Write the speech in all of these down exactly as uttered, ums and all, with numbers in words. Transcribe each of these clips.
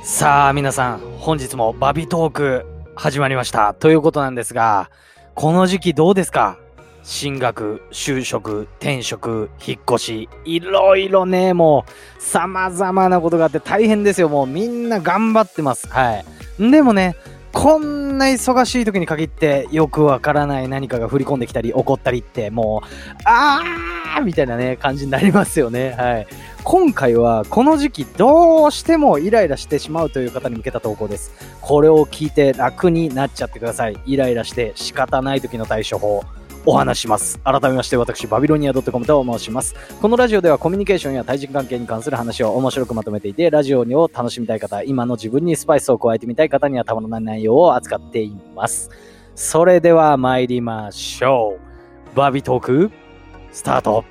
さあ皆さん、本日もバビトーク始まりましたということなんですが、この時期どうですか？進学、就職、転職、引っ越し、いろいろね、もう様々なことがあって大変ですよ。もうみんな頑張ってます。はい。でもね、こんな忙しい時に限ってよくわからない何かが降り込んできたり起こったりって、もうあーみたいなね感じになりますよね。はい。今回はこの時期どうしてもイライラしてしまうという方に向けた投稿です。これを聞いて楽になっちゃってください。イライラして仕方ない時の対処法お話します。改めまして私バビロニア .com と申します。このラジオではコミュニケーションや対人関係に関する話を面白くまとめていて、ラジオを楽しみたい方、今の自分にスパイスを加えてみたい方にはたまらない内容を扱っています。それでは参りましょう。バビトークスタート。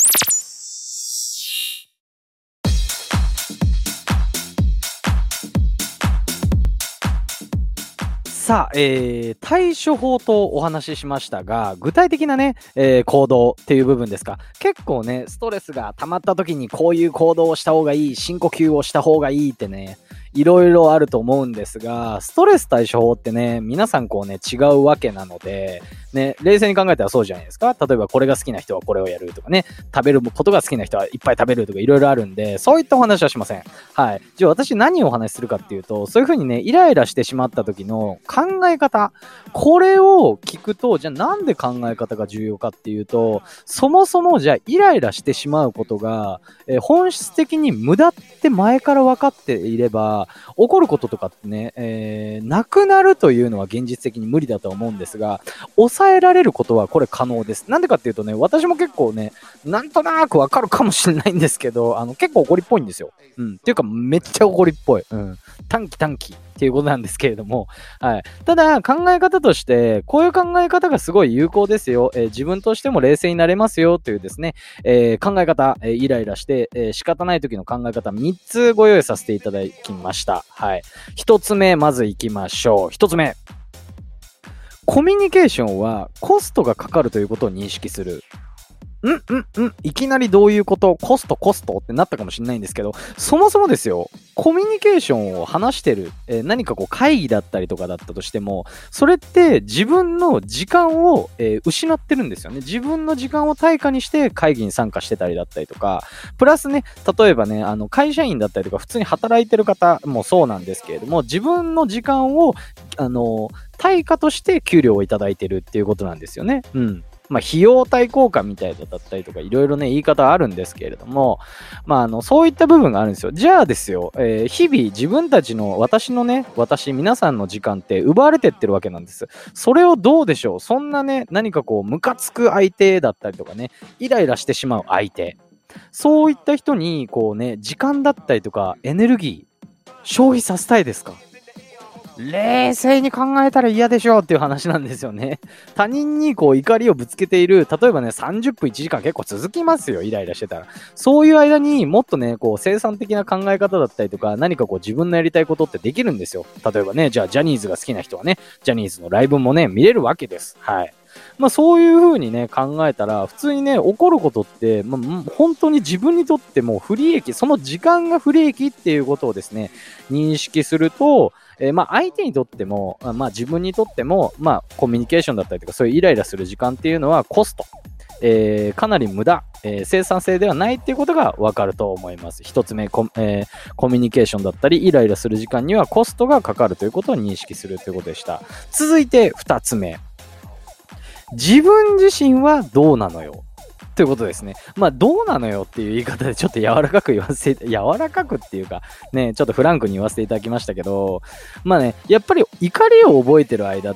さあ、えー、対処法とお話ししましたが、具体的なね、えー、行動っていう部分ですか。結構ね、ストレスが溜まった時にこういう行動をした方がいい、深呼吸をした方がいいってね、いろいろあると思うんですが、ストレス対処法ってね、皆さんこうね、違うわけなので、ね、冷静に考えたらそうじゃないですか。例えばこれが好きな人はこれをやるとかね、食べることが好きな人はいっぱい食べるとかいろいろあるんで、そういったお話はしません。はい。じゃあ私何をお話しするかっていうと、そういう風にね、イライラしてしまった時の考え方、これを聞くと、じゃあなんで考え方が重要かっていうと、そもそもじゃあイライラしてしまうことが、えー本質的に無駄って前から分かっていれば、起こることとかってね、えーなくなるというのは現実的に無理だと思うんですが、抑えられることはこれ可能です。なんでかっていうとね、私も結構ね、なんとなくわかるかもしれないんですけど、あの、結構怒りっぽいんですよ。うん。っていうか、めっちゃ怒りっぽい。うん。短期短期っていうことなんですけれども、はい。ただ、考え方として、こういう考え方がすごい有効ですよ。えー自分としても冷静になれますよというですね、えー考え方、えーイライラして、えー仕方ない時の考え方みっつご用意させていただきました。はい。ひとつめ、まず行きましょう。ひとつめ。コミュニケーションはコストがかかるということを認識する。んんんいきなりどういうこと？コストコストってなったかもしれないんですけど、そもそもですよ、コミュニケーションを話してる、えー何かこう会議だったりとかだったとしても、それって自分の時間を、えー失ってるんですよね。自分の時間を対価にして会議に参加してたりだったりとか、プラスね、例えばね、あの会社員だったりとか普通に働いてる方もそうなんですけれども、自分の時間をあの対価として給料をいただいてるっていうことなんですよね。うん。まあ、費用対効果みたいだったりとか、いろいろね、言い方あるんですけれども、まあ、あの、そういった部分があるんですよ。じゃあですよ、えー日々自分たちの、私のね、私、皆さんの時間って奪われてってるわけなんです。それをどうでしょう？そんなね、何かこう、ムカつく相手だったりとかね、イライラしてしまう相手。そういった人に、こうね、時間だったりとか、エネルギー、消費させたいですか？冷静に考えたら嫌でしょうっていう話なんですよね。他人にこう怒りをぶつけている、例えばね、さんじゅっぷんいちじかん結構続きますよ、イライラしてたら。そういう間にもっとね、こう生産的な考え方だったりとか、何かこう自分のやりたいことってできるんですよ。例えばね、じゃあジャニーズが好きな人はね、ジャニーズのライブもね、見れるわけです。はい。まあそういう風にね、考えたら、普通にね、起こることって、まあ、本当に自分にとっても不利益、その時間が不利益っていうことをですね、認識すると、えーまあ相手にとっても、まあ自分にとっても、まあコミュニケーションだったりとか、そういうイライラする時間っていうのはコスト。えーかなり無駄、えー生産性ではないっていうことがわかると思います。一つ目コ、えーコミュニケーションだったり、イライラする時間にはコストがかかるということを認識するということでした。続いて二つ目。自分自身はどうなのよということですね。まあ、どうなのよっていう言い方でちょっと柔らかく言わせて、柔らかくっていうか、ね、ちょっとフランクに言わせていただきましたけど、まあね、やっぱり怒りを覚えてる間って、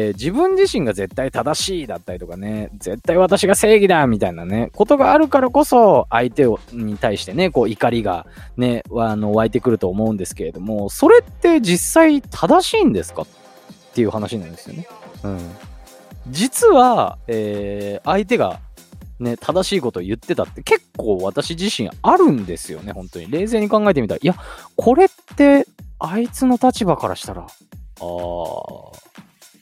自分自身が絶対正しいだったりとかね、絶対私が正義だみたいなね、ことがあるからこそ、相手をに対してね、こう怒りがね、あの湧いてくると思うんですけれども、それって実際正しいんですかっていう話なんですよね。うん。実は、えー相手がね、正しいことを言ってたって結構私自身あるんですよね、本当に。冷静に考えてみたら、いや、これってあいつの立場からしたら、あー、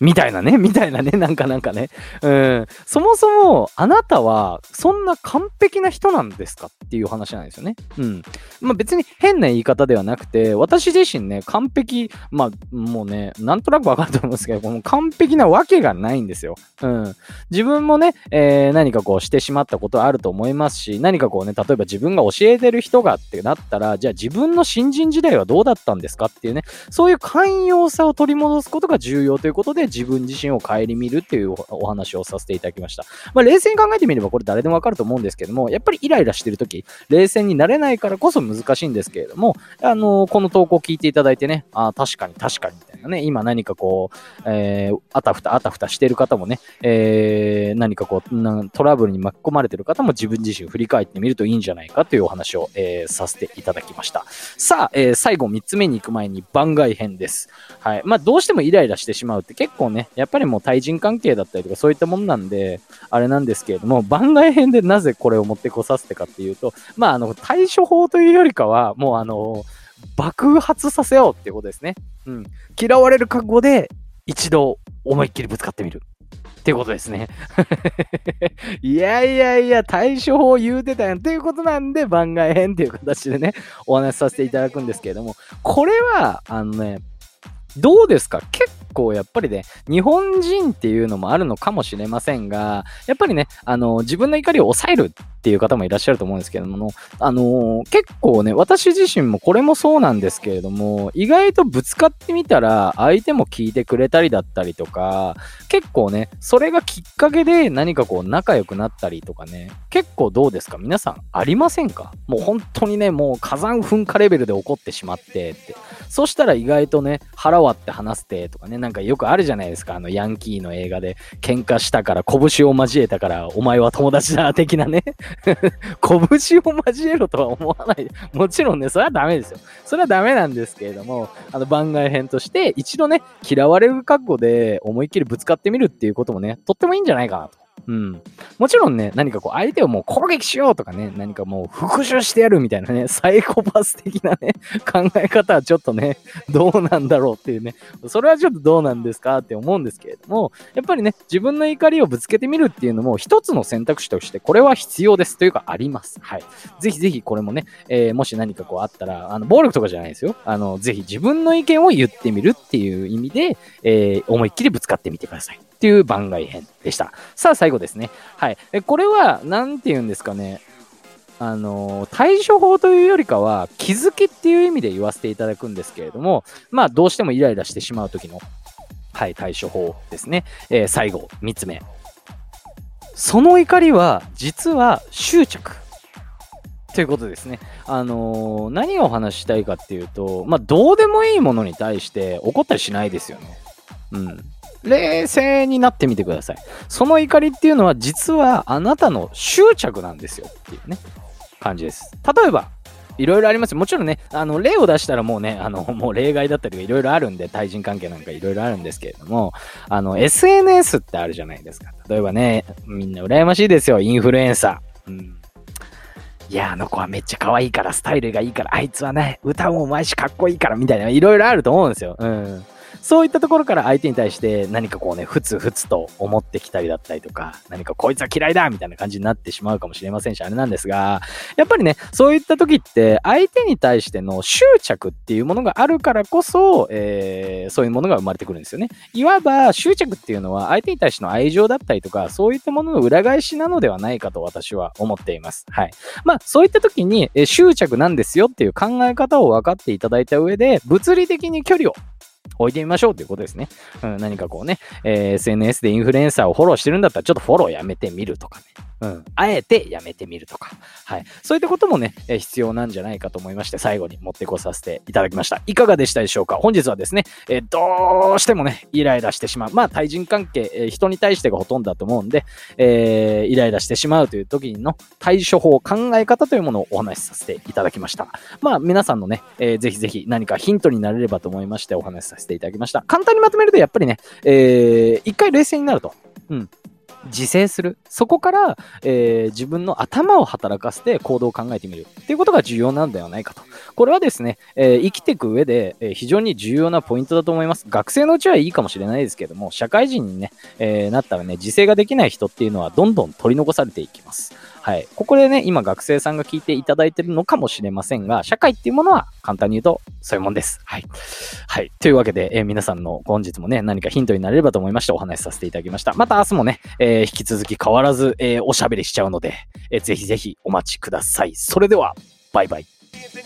みたいなね、みたいなね、なんかなんかね。うん。そもそも、あなたは、そんな完璧な人なんですかっていう話なんですよね。うん。まあ別に変な言い方ではなくて、私自身ね、完璧、まあもうね、なんとなくわかると思うんですけど、もう完璧なわけがないんですよ。うん。自分もね、えー、何かこうしてしまったことはあると思いますし、何かこうね、例えば自分が教えてる人がってなったら、じゃあ自分の新人時代はどうだったんですかっていうね、そういう寛容さを取り戻すことが重要ということで、自分自身を顧みるっていうお話をさせていただきました。まあ冷静に考えてみればこれ誰でもわかると思うんですけども、やっぱりイライラしてるとき、冷静になれないからこそ難しいんですけれども、あのー、この投稿を聞いていただいてね、あ確かに確かにみたいなね、今何かこう、えー、あたふたあたふたしてる方もね、えー、何かこうトラブルに巻き込まれてる方も自分自身振り返ってみるといいんじゃないかというお話を、えー、させていただきました。さあ、えー、最後みっつめに行く前に番外編です。はい。まあどうしてもイライラしてしまうって結構ね、やっぱりもう対人関係だったりとかそういったものなんで、あれなんですけれども、番外編でなぜこれを持ってこさせてかっていうと、まああの対処法というよりかは、もうあの、爆発させようっていうことですね。うん。嫌われる覚悟で一度思いっきりぶつかってみる。っていうことですね。いやいやいや、対処法言うてたやん。ということなんで、番外編っていう形でね、お話しさせていただくんですけれども、これは、あのね、どうですか？結構やっぱりね、日本人っていうのもあるのかもしれませんが、やっぱりね、あの、自分の怒りを抑えるっていう方もいらっしゃると思うんですけれども、あの、結構ね、私自身もこれもそうなんですけれども、意外とぶつかってみたら、相手も聞いてくれたりだったりとか、結構ね、それがきっかけで何かこう仲良くなったりとかね、結構どうですか？皆さんありませんか？もう本当にね、もう火山噴火レベルで起こってしまってって。そしたら意外とね、腹割って話してとかね、なんかよくあるじゃないですか。あのヤンキーの映画で喧嘩したから拳を交えたからお前は友達だ的なね。拳を交えろとは思わない。もちろんね、それはダメですよ。それはダメなんですけれども、あの番外編として一度ね、嫌われる覚悟で思いっきりぶつかってみるっていうこともね、とってもいいんじゃないかなと。うん。もちろんね、何かこう相手をもう攻撃しようとかね、何かもう復讐してやるみたいなね、サイコパス的なね、考え方はちょっとね、どうなんだろうっていうね、それはちょっとどうなんですかって思うんですけれども、やっぱりね、自分の怒りをぶつけてみるっていうのも一つの選択肢として、これは必要ですというかあります。はい。ぜひぜひこれもね、えー、もし何かこうあったら、あの、暴力とかじゃないですよ。あの、ぜひ自分の意見を言ってみるっていう意味で、えー、思いっきりぶつかってみてください。っていう番外編でした。さあ最後ですね。はい。えこれは何て言うんですかね。あの対処法というよりかは気づきっていう意味で言わせていただくんですけれども、まあどうしてもイライラしてしまう時のはい対処法ですね。えー、最後みっつめ。その怒りは実は執着。ということですね。あのー、何をお話ししたいかっていうと、まあどうでもいいものに対して怒ったりしないですよね。うん。冷静になってみてください。その怒りっていうのは実はあなたの執着なんですよっていうね感じです。例えばいろいろあります。もちろんね、あの例を出したらもうね、あのもう例外だったりいろいろあるんで、対人関係なんかいろいろあるんですけれども、あの エスエヌエス ってあるじゃないですか。例えばね、みんな羨ましいですよ、インフルエンサー。うん、いや、あの子はめっちゃ可愛いから、スタイルがいいから、あいつはね、歌もうまいしかっこいいからみたいな、いろいろあると思うんですよ。うん。そういったところから相手に対して何かこうね、ふつふつと思ってきたりだったりとか、何かこいつは嫌いだみたいな感じになってしまうかもしれませんし、あれなんですが、やっぱりね、そういった時って相手に対しての執着っていうものがあるからこそ、えー、そういうものが生まれてくるんですよね。いわば執着っていうのは相手に対しての愛情だったりとか、そういったものの裏返しなのではないかと私は思っています。はい。まあ、そういった時に、えー、執着なんですよっていう考え方を分かっていただいた上で、物理的に距離を置いてみましょうということですね。うん、何かこうね、えー、エスエヌエス でインフルエンサーをフォローしてるんだったらちょっとフォローやめてみるとかね。うん、あえてやめてみるとか。はい。そういったこともね、えー、必要なんじゃないかと思いまして、最後に持ってこさせていただきました。いかがでしたでしょうか？本日はですね、えー、どうしてもね、イライラしてしまう。まあ、対人関係、えー、人に対してがほとんどだと思うんで、えー、イライラしてしまうという時の対処法、考え方というものをお話しさせていただきました。まあ、皆さんのね、えー、ぜひぜひ何かヒントになれればと思いましてお話しさせていただきました。簡単にまとめるとやっぱりね、えー、一回冷静になると。うん。 自制する。そこから、えー自分の頭を働かせて行動を考えてみるっていうことが重要なんではないかと。これはですね、えー生きていく上で、えー非常に重要なポイントだと思います。学生のうちはいいかもしれないですけども、社会人にね、えーなったらね、自制ができない人っていうのはどんどん取り残されていきます。はい。ここでね、今学生さんが聞いていただいてるのかもしれませんが、社会っていうものは簡単に言うとそういうもんです。はい。はい。というわけで、えー皆さんの本日もね、何かヒントになれればと思いましてお話しさせていただきました。また明日もね、えー引き続き変わらず、えーおしゃべりしちゃうので、えーぜひぜひお待ちください。それでは、バイバイ。